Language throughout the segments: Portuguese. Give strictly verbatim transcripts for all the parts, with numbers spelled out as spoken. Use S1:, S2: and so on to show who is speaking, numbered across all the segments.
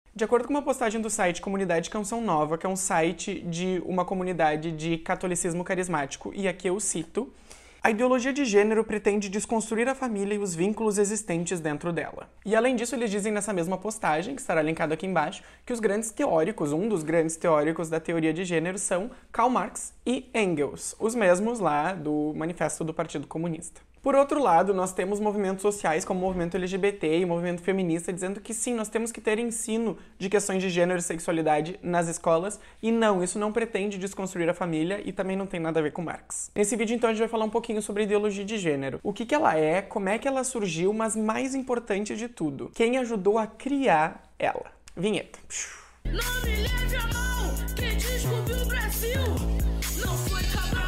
S1: De acordo com uma postagem do site Comunidade Canção Nova, que é um site de uma comunidade de catolicismo carismático, e aqui eu cito: a ideologia de gênero pretende desconstruir a família e os vínculos existentes dentro dela. E além disso, eles dizem nessa mesma postagem, que estará linkado aqui embaixo, que os grandes teóricos, um dos grandes teóricos da teoria de gênero são Karl Marx e Engels, os mesmos lá do Manifesto do Partido Comunista. Por outro lado, nós temos movimentos sociais como o movimento L G B T e o movimento feminista dizendo que sim, nós temos que ter ensino de questões de gênero e sexualidade nas escolas, e não, isso não pretende desconstruir a família e também não tem nada a ver com Marx. Nesse vídeo, então, a gente vai falar um pouquinho sobre a ideologia de gênero, o que que ela é, como é que ela surgiu, mas mais importante de tudo, quem ajudou a criar ela. Vinheta.
S2: Não me leve a mão, quem descobriu o Brasil não foi Cabral.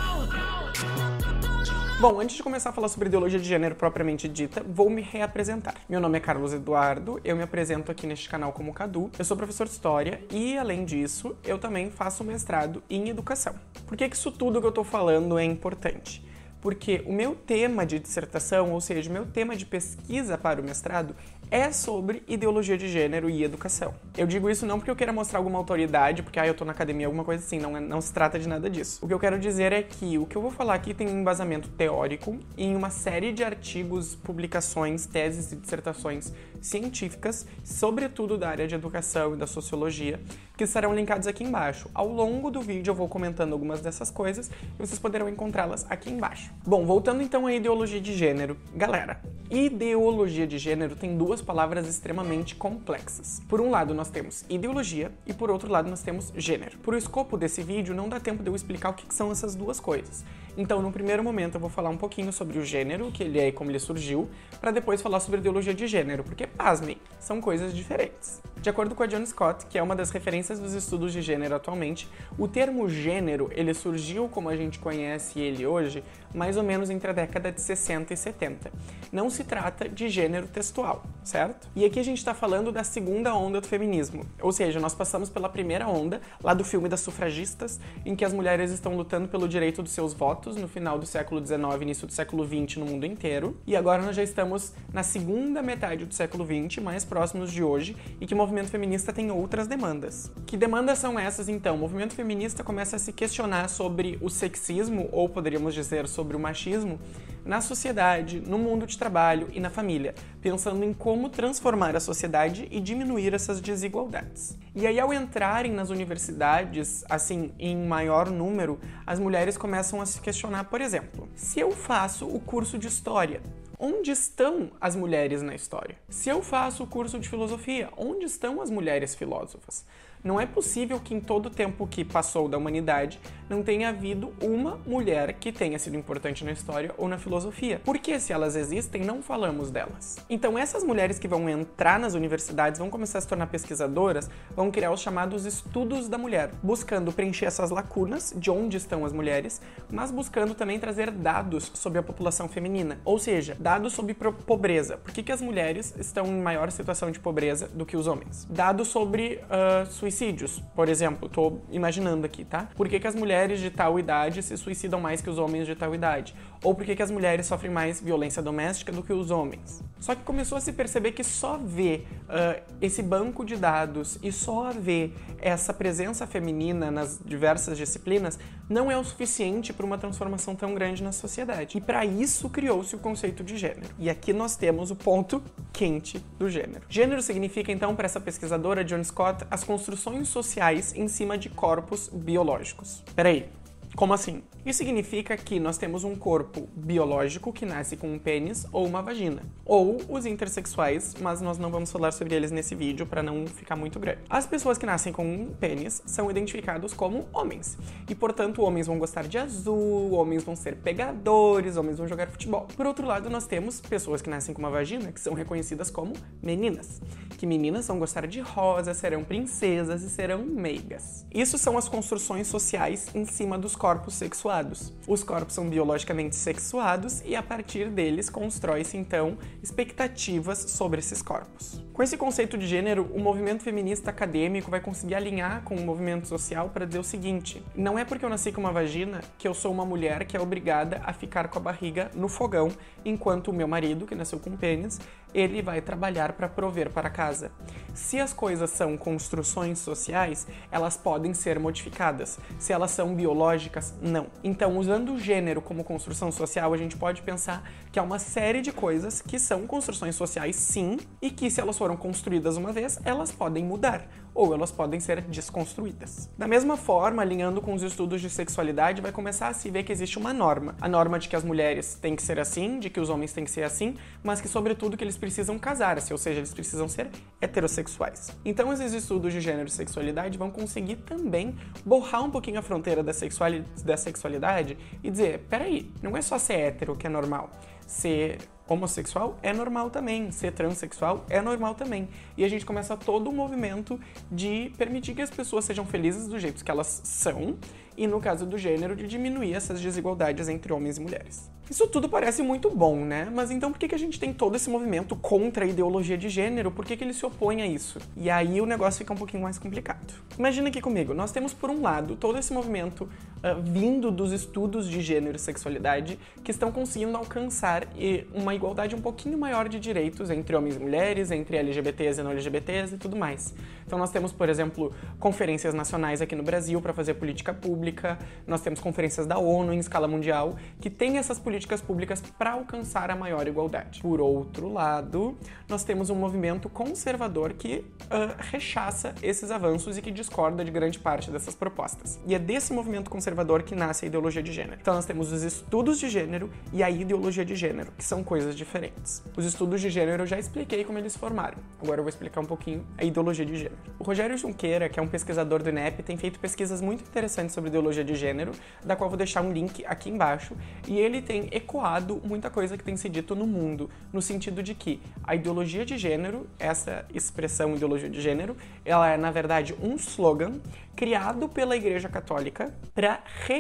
S1: Bom, antes de começar a falar sobre ideologia de gênero propriamente dita, vou me reapresentar. Meu nome é Carlos Eduardo, eu me apresento aqui neste canal como Cadu, eu sou professor de História e, além disso, eu também faço mestrado em Educação. Por que que isso tudo que eu tô falando é importante? Porque o meu tema de dissertação, ou seja, o meu tema de pesquisa para o mestrado, é sobre ideologia de gênero e educação. Eu digo isso não porque eu queira mostrar alguma autoridade, porque ah, eu tô na academia, alguma coisa assim, não, não se trata de nada disso. O que eu quero dizer é que o que eu vou falar aqui tem um embasamento teórico em uma série de artigos, publicações, teses e dissertações científicas, sobretudo da área de educação e da sociologia, que estarão linkados aqui embaixo. Ao longo do vídeo eu vou comentando algumas dessas coisas e vocês poderão encontrá-las aqui embaixo. Bom, voltando então à ideologia de gênero. Galera, ideologia de gênero tem duas palavras extremamente complexas. Por um lado nós temos ideologia e por outro lado nós temos gênero. Por o escopo desse vídeo não dá tempo de eu explicar o que são essas duas coisas. Então, no primeiro momento eu vou falar um pouquinho sobre o gênero, o que ele é e como ele surgiu, para depois falar sobre ideologia de gênero, porque, pasmem, são coisas diferentes. De acordo com a Joan Scott, que é uma das referências dos estudos de gênero atualmente, o termo gênero, ele surgiu como a gente conhece ele hoje, mais ou menos entre a década de sessenta e setenta. Não se trata de gênero textual, certo? E aqui a gente está falando da segunda onda do feminismo, ou seja, nós passamos pela primeira onda, lá do filme das sufragistas, em que as mulheres estão lutando pelo direito dos seus votos no final do século dezenove, início do século vinte no mundo inteiro, e agora nós já estamos na segunda metade do século vinte, mais próximos de hoje, e que o movimento feminista tem outras demandas. Que demandas são essas, então? O movimento feminista começa a se questionar sobre o sexismo, ou poderíamos dizer sobre o machismo, na sociedade, no mundo de trabalho e na família, pensando em como transformar a sociedade e diminuir essas desigualdades. E aí, ao entrarem nas universidades, assim, em maior número, as mulheres começam a se questionar, por exemplo, se eu faço o curso de História, onde estão as mulheres na história? Se eu faço o curso de filosofia, onde estão as mulheres filósofas? Não é possível que em todo o tempo que passou da humanidade não tenha havido uma mulher que tenha sido importante na história ou na filosofia. Porque se elas existem, não falamos delas. Então essas mulheres que vão entrar nas universidades, vão começar a se tornar pesquisadoras, vão criar os chamados estudos da mulher, buscando preencher essas lacunas de onde estão as mulheres, mas buscando também trazer dados sobre a população feminina, ou seja, dados sobre pobreza. Por que que as mulheres estão em maior situação de pobreza do que os homens? Dados sobre uh, suicídios, por exemplo, tô imaginando aqui, tá? Por que que as mulheres de tal idade se suicidam mais que os homens de tal idade? Ou por que que as mulheres sofrem mais violência doméstica do que os homens? Só que começou a se perceber que só ver uh, esse banco de dados e só ver essa presença feminina nas diversas disciplinas não é o suficiente para uma transformação tão grande na sociedade. E para isso criou-se o conceito de gênero. E aqui nós temos o ponto quente do gênero. Gênero significa, então, para essa pesquisadora Joan Scott, as construções sociais em cima de corpos biológicos. Peraí, como assim? Isso significa que nós temos um corpo biológico que nasce com um pênis ou uma vagina. Ou os intersexuais, mas nós não vamos falar sobre eles nesse vídeo para não ficar muito grande. As pessoas que nascem com um pênis são identificados como homens. E, portanto, homens vão gostar de azul, homens vão ser pegadores, homens vão jogar futebol. Por outro lado, nós temos pessoas que nascem com uma vagina que são reconhecidas como meninas. Que meninas vão gostar de rosa, serão princesas e serão meigas. Isso são as construções sociais em cima dos corpos sexuais. Os corpos são biologicamente sexuados e a partir deles constrói-se então expectativas sobre esses corpos. Com Com esse conceito de gênero, o movimento feminista acadêmico vai conseguir alinhar com o movimento social para dizer o seguinte: não é porque eu nasci com uma vagina que eu sou uma mulher que é obrigada a ficar com a barriga no fogão, enquanto o meu marido, que nasceu com pênis, ele vai trabalhar para prover para casa. Se as coisas são construções sociais, elas podem ser modificadas. Se elas são biológicas, não. Então, usando o gênero como construção social, a gente pode pensar que há uma série de coisas que são construções sociais, sim, e que se elas foram construídas uma vez, elas podem mudar, ou elas podem ser desconstruídas. Da mesma forma, alinhando com os estudos de sexualidade, vai começar a se ver que existe uma norma. A norma de que as mulheres têm que ser assim, de que os homens têm que ser assim, mas que, sobretudo, que eles precisam casar-se, ou seja, eles precisam ser heterossexuais. Então, esses estudos de gênero e sexualidade vão conseguir também borrar um pouquinho a fronteira da, sexuali- da sexualidade e dizer, peraí, não é só ser hétero que é normal. Ser homossexual é normal também, ser transexual é normal também. E a gente começa todo um movimento de permitir que as pessoas sejam felizes do jeito que elas são e, no caso do gênero, de diminuir essas desigualdades entre homens e mulheres. Isso tudo parece muito bom, né? Mas então por que que a gente tem todo esse movimento contra a ideologia de gênero? Por que que ele se opõe a isso? E aí o negócio fica um pouquinho mais complicado. Imagina aqui comigo, nós temos por um lado todo esse movimento uh, vindo dos estudos de gênero e sexualidade que estão conseguindo alcançar e, uma igualdade um pouquinho maior de direitos entre homens e mulheres, entre L G B Ts e não L G B Ts e tudo mais. Então nós temos, por exemplo, conferências nacionais aqui no Brasil para fazer política pública, nós temos conferências da ONU em escala mundial que tem essas políticas públicas para alcançar a maior igualdade. Por outro lado, nós temos um movimento conservador que uh, rechaça esses avanços e que discorda de grande parte dessas propostas. E é desse movimento conservador que nasce a ideologia de gênero. Então nós temos os estudos de gênero e a ideologia de gênero, que são coisas diferentes. Os estudos de gênero eu já expliquei como eles formaram. Agora eu vou explicar um pouquinho a ideologia de gênero. O Rogério Junqueira, que é um pesquisador do I N E P, tem feito pesquisas muito interessantes sobre ideologia de gênero, da qual eu vou deixar um link aqui embaixo, e ele tem ecoado muita coisa que tem se dito no mundo, no sentido de que a ideologia de gênero, essa expressão ideologia de gênero, ela é, na verdade, um slogan criado pela Igreja Católica para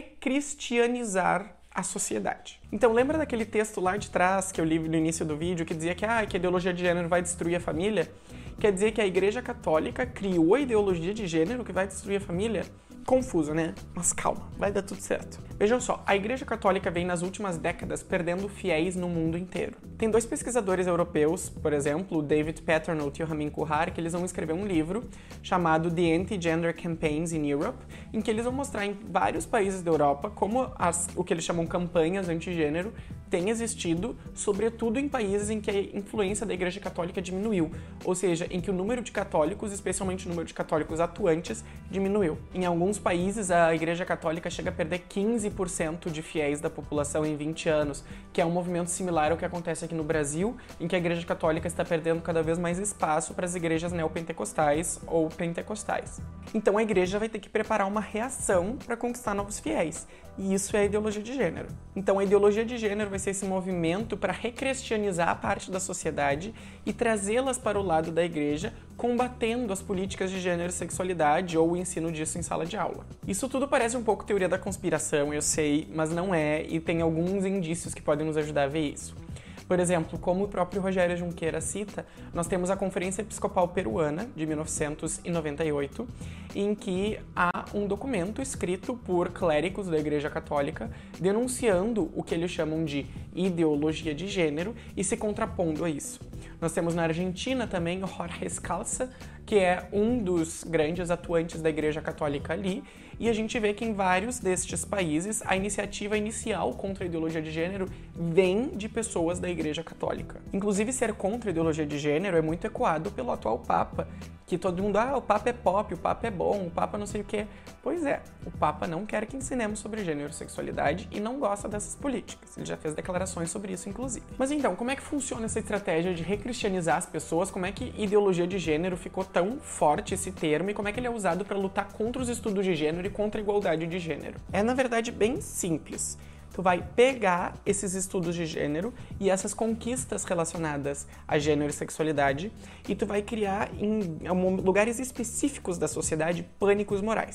S1: recristianizar a sociedade. Então, lembra daquele texto lá de trás que eu li no início do vídeo que dizia que, ah, que a ideologia de gênero vai destruir a família? Quer dizer que a Igreja Católica criou a ideologia de gênero que vai destruir a família? Confuso, né? Mas calma, vai dar tudo certo. Vejam só, a Igreja Católica vem nas últimas décadas perdendo fiéis no mundo inteiro. Tem dois pesquisadores europeus, por exemplo, o David Paternotte e o Ramin Kuhar, que eles vão escrever um livro chamado The Anti-Gender Campaigns in Europe, em que eles vão mostrar em vários países da Europa como as, o que eles chamam campanhas anti-gênero tem existido, sobretudo em países em que a influência da Igreja Católica diminuiu, ou seja, em que o número de católicos, especialmente o número de católicos atuantes, diminuiu. Em alguns países, a Igreja Católica chega a perder quinze por cento de fiéis da população em vinte anos, que é um movimento similar ao que acontece aqui no Brasil, em que a Igreja Católica está perdendo cada vez mais espaço para as igrejas neopentecostais ou pentecostais. Então a Igreja vai ter que preparar uma reação para conquistar novos fiéis, e isso é a ideologia de gênero. Então a ideologia de gênero vai ser esse movimento para recristianizar a parte da sociedade e trazê-las para o lado da Igreja, combatendo as políticas de gênero e sexualidade ou o ensino disso em sala de aula. Isso tudo parece um pouco teoria da conspiração, eu sei, mas não é, e tem alguns indícios que podem nos ajudar a ver isso. Por exemplo, como o próprio Rogério Junqueira cita, nós temos a Conferência Episcopal Peruana, de mil novecentos e noventa e oito, em que há um documento escrito por clérigos da Igreja Católica denunciando o que eles chamam de ideologia de gênero e se contrapondo a isso. Nós temos na Argentina também o Jorge Scalza, que é um dos grandes atuantes da Igreja Católica ali, e a gente vê que em vários destes países a iniciativa inicial contra a ideologia de gênero vem de pessoas da Igreja Católica. Inclusive, ser contra a ideologia de gênero é muito ecoado pelo atual Papa, que todo mundo, ah, o Papa é pop, o Papa é bom, o Papa não sei o quê. Pois é, o Papa não quer que ensinemos sobre gênero e sexualidade e não gosta dessas políticas. Ele já fez declarações sobre isso, inclusive. Mas então, como é que funciona essa estratégia de recristianizar as pessoas? Como é que ideologia de gênero ficou tão forte, esse termo, e como é que ele é usado para lutar contra os estudos de gênero e contra a igualdade de gênero? É, na verdade, bem simples. Tu vai pegar esses estudos de gênero e essas conquistas relacionadas a gênero e sexualidade e tu vai criar em lugares específicos da sociedade pânicos morais.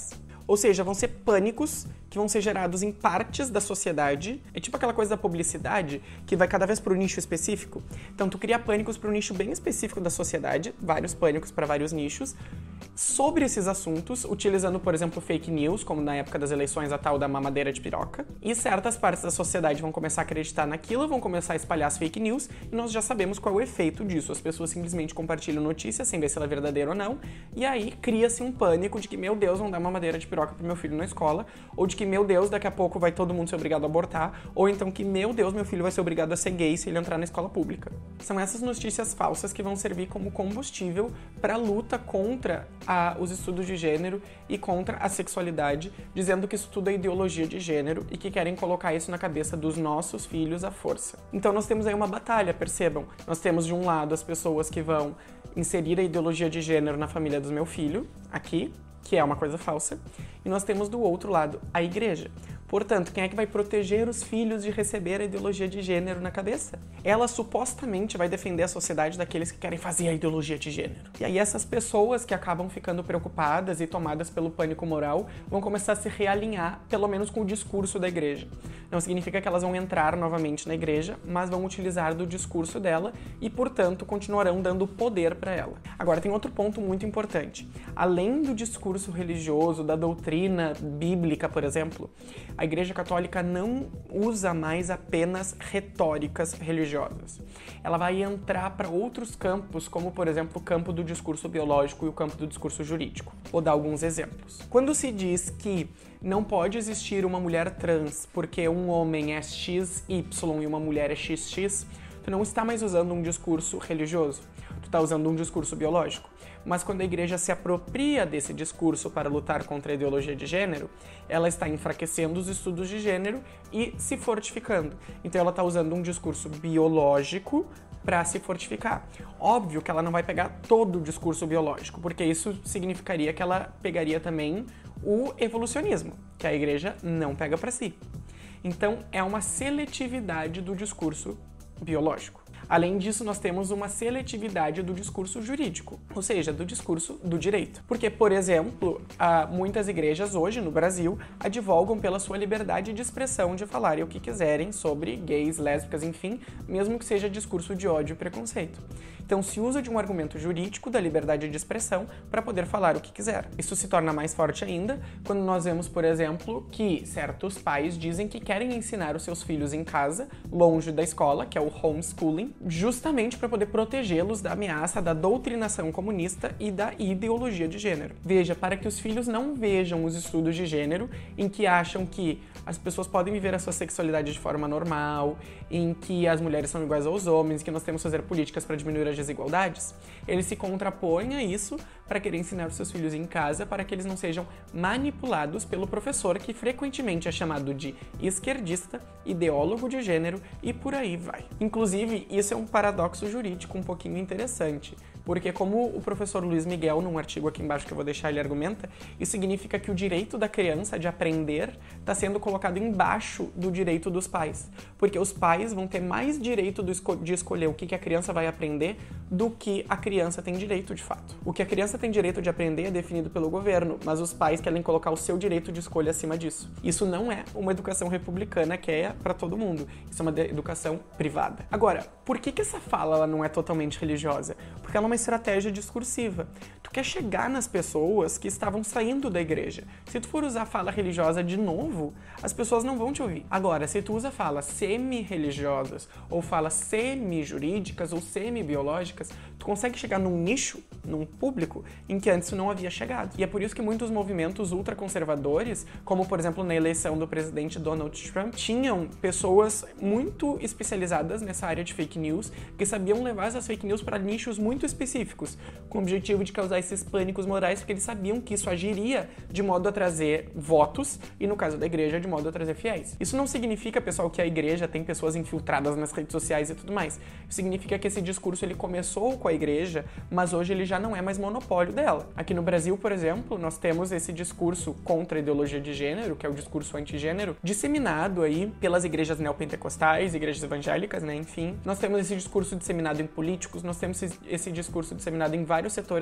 S1: Ou seja, vão ser pânicos que vão ser gerados em partes da sociedade. É tipo aquela coisa da publicidade, que vai cada vez para um nicho específico. Então, tu cria pânicos para um nicho bem específico da sociedade, vários pânicos para vários nichos, sobre esses assuntos, utilizando, por exemplo, fake news, como na época das eleições a tal da mamadeira de piroca. E certas partes da sociedade vão começar a acreditar naquilo, vão começar a espalhar as fake news, e nós já sabemos qual é o efeito disso. As pessoas simplesmente compartilham notícias sem ver se ela é verdadeira ou não, e aí cria-se um pânico de que, meu Deus, vão dar mamadeira de piroca pro meu filho na escola, ou de que, meu Deus, daqui a pouco vai todo mundo ser obrigado a abortar, ou então que, meu Deus, meu filho vai ser obrigado a ser gay se ele entrar na escola pública. São essas notícias falsas que vão servir como combustível para a luta contra a, os estudos de gênero e contra a sexualidade, dizendo que isso tudo é ideologia de gênero e que querem colocar isso na cabeça dos nossos filhos à força. Então nós temos aí uma batalha, percebam. Nós temos de um lado as pessoas que vão inserir a ideologia de gênero na família do meu filho, aqui, que é uma coisa falsa, e nós temos do outro lado a igreja. Portanto, quem é que vai proteger os filhos de receber a ideologia de gênero na cabeça? Ela supostamente vai defender a sociedade daqueles que querem fazer a ideologia de gênero. E aí essas pessoas que acabam ficando preocupadas e tomadas pelo pânico moral vão começar a se realinhar, pelo menos com o discurso da igreja. Não significa que elas vão entrar novamente na igreja, mas vão utilizar do discurso dela e, portanto, continuarão dando poder para ela. Agora, tem outro ponto muito importante. Além do discurso religioso, da doutrina bíblica, por exemplo, a Igreja Católica não usa mais apenas retóricas religiosas. Ela vai entrar para outros campos, como, por exemplo, o campo do discurso biológico e o campo do discurso jurídico. Vou dar alguns exemplos. Quando se diz que não pode existir uma mulher trans porque um homem é X Y e uma mulher é X X, tu não está mais usando um discurso religioso, tu está usando um discurso biológico. Mas quando a igreja se apropria desse discurso para lutar contra a ideologia de gênero, ela está enfraquecendo os estudos de gênero e se fortificando. Então ela está usando um discurso biológico para se fortificar. Óbvio que ela não vai pegar todo o discurso biológico, porque isso significaria que ela pegaria também o evolucionismo, que a igreja não pega para si. Então é uma seletividade do discurso biológico. Além disso, nós temos uma seletividade do discurso jurídico, ou seja, do discurso do direito. Porque, por exemplo, muitas igrejas hoje no Brasil advogam pela sua liberdade de expressão de falarem o que quiserem sobre gays, lésbicas, enfim, mesmo que seja discurso de ódio e preconceito. Então, se usa de um argumento jurídico da liberdade de expressão para poder falar o que quiser. Isso se torna mais forte ainda quando nós vemos, por exemplo, que certos pais dizem que querem ensinar os seus filhos em casa, longe da escola, que é o homeschooling, justamente para poder protegê-los da ameaça da doutrinação comunista e da ideologia de gênero. Veja, para que os filhos não vejam os estudos de gênero em que acham que as pessoas podem viver a sua sexualidade de forma normal, em que as mulheres são iguais aos homens, que nós temos que fazer políticas para diminuir as desigualdades, eles se contrapõem a isso para querer ensinar os seus filhos em casa para que eles não sejam manipulados pelo professor que frequentemente é chamado de esquerdista, ideólogo de gênero e por aí vai. Inclusive, isso é um paradoxo jurídico um pouquinho interessante, porque como o professor Luiz Miguel, num artigo aqui embaixo que eu vou deixar, ele argumenta, isso significa que o direito da criança de aprender está sendo colocado embaixo do direito dos pais, porque os pais vão ter mais direito de escolher o que a criança vai aprender do que a criança tem direito de fato. O que a criança tem direito de aprender é definido pelo governo, mas os pais querem colocar o seu direito de escolha acima disso. Isso não é uma educação republicana que é para todo mundo, isso é uma educação privada. Agora, por que que essa fala ela não é totalmente religiosa? Porque ela é uma estratégia discursiva. Tu quer chegar nas pessoas que estavam saindo da igreja. Se tu for usar fala religiosa de novo, as pessoas não vão te ouvir. Agora, se tu usa falas semi-religiosas, ou falas semi-jurídicas, ou semi-biológicas, tu consegue chegar num nicho, num público, em que antes tu não havia chegado. E é por isso que muitos movimentos ultraconservadores, como por exemplo na eleição do presidente Donald Trump, tinham pessoas muito especializadas nessa área de fake news, que sabiam levar essas fake news para nichos muito específicos, com o objetivo de causar esses pânicos morais, porque eles sabiam que isso agiria de modo a trazer votos, e no caso da igreja, de modo a trazer fiéis. Isso não significa, pessoal, que a igreja tem pessoas infiltradas nas redes sociais e tudo mais. Isso significa que esse discurso ele começou com a igreja, mas hoje ele já não é mais monopólio dela. Aqui no Brasil, por exemplo, nós temos esse discurso contra a ideologia de gênero, que é o discurso antigênero, disseminado aí pelas igrejas neopentecostais, igrejas evangélicas, né, enfim. Nós temos esse discurso disseminado em políticos, nós temos esse discurso disseminado em vários setores da sociedade,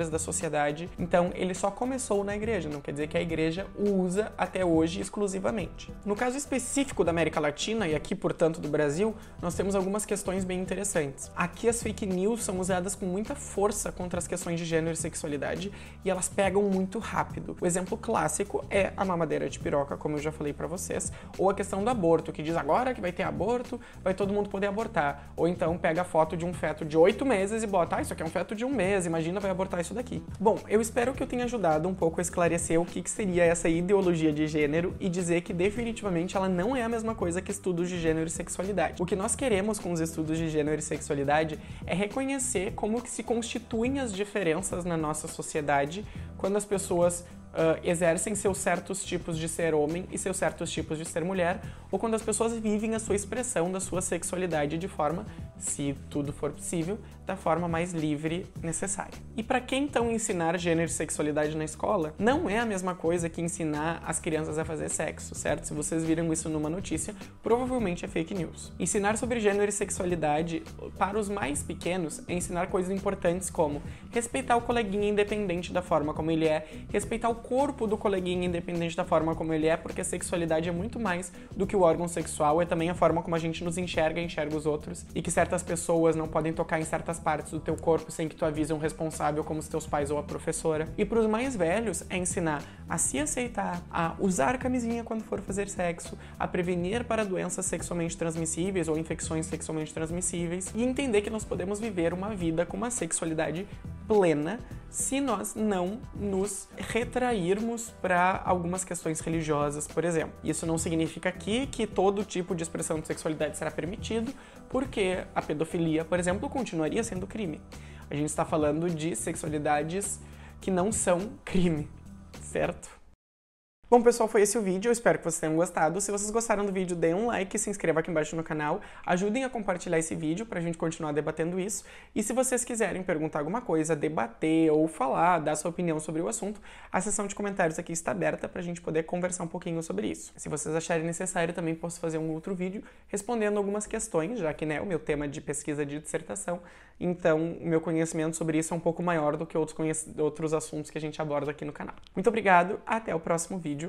S1: sociedade, então ele só começou na igreja, não quer dizer que a igreja o usa até hoje exclusivamente. No caso específico da América Latina, e aqui, portanto, do Brasil, nós temos algumas questões bem interessantes. Aqui as fake news são usadas com muita força contra as questões de gênero e sexualidade, e elas pegam muito rápido. O exemplo clássico é a mamadeira de piroca, como eu já falei pra vocês, ou a questão do aborto, que diz agora que vai ter aborto, vai todo mundo poder abortar. Ou então pega a foto de um feto de oito meses e bota, ah, isso aqui é um feto de um mês, imagina, vai abortar isso daqui. Bom, eu espero que eu tenha ajudado um pouco a esclarecer o que, que seria essa ideologia de gênero e dizer que definitivamente ela não é a mesma coisa que estudos de gênero e sexualidade. O que nós queremos com os estudos de gênero e sexualidade é reconhecer como que se constituem as diferenças na nossa sociedade quando as pessoas Uh, exercem seus certos tipos de ser homem e seus certos tipos de ser mulher, ou quando as pessoas vivem a sua expressão da sua sexualidade de forma, se tudo for possível, da forma mais livre necessária. E para quem então ensinar gênero e sexualidade na escola, não é a mesma coisa que ensinar as crianças a fazer sexo, certo? Se vocês viram isso numa notícia, provavelmente é fake news. Ensinar sobre gênero e sexualidade para os mais pequenos é ensinar coisas importantes como respeitar o coleguinha independente da forma como ele é, respeitar o corpo do coleguinha independente da forma como ele é, porque a sexualidade é muito mais do que o órgão sexual, é também a forma como a gente nos enxerga e enxerga os outros, e que certas pessoas não podem tocar em certas partes do teu corpo sem que tu avise um responsável como os teus pais ou a professora. E para os mais velhos é ensinar a se aceitar, a usar camisinha quando for fazer sexo, a prevenir para doenças sexualmente transmissíveis ou infecções sexualmente transmissíveis e entender que nós podemos viver uma vida com uma sexualidade plena se nós não nos retrairmos para algumas questões religiosas, por exemplo. Isso não significa aqui que todo tipo de expressão de sexualidade será permitido, porque a pedofilia, por exemplo, continuaria sendo crime. A gente está falando de sexualidades que não são crime, certo? Bom, pessoal, foi esse o vídeo, eu espero que vocês tenham gostado. Se vocês gostaram do vídeo, deem um like, se inscreva aqui embaixo no canal, ajudem a compartilhar esse vídeo pra gente continuar debatendo isso. E se vocês quiserem perguntar alguma coisa, debater ou falar, dar sua opinião sobre o assunto, a seção de comentários aqui está aberta pra gente poder conversar um pouquinho sobre isso. Se vocês acharem necessário, também posso fazer um outro vídeo respondendo algumas questões, já que, né, o meu tema de pesquisa de dissertação, então o meu conhecimento sobre isso é um pouco maior do que outros, outros assuntos que a gente aborda aqui no canal. Muito obrigado, até o próximo vídeo.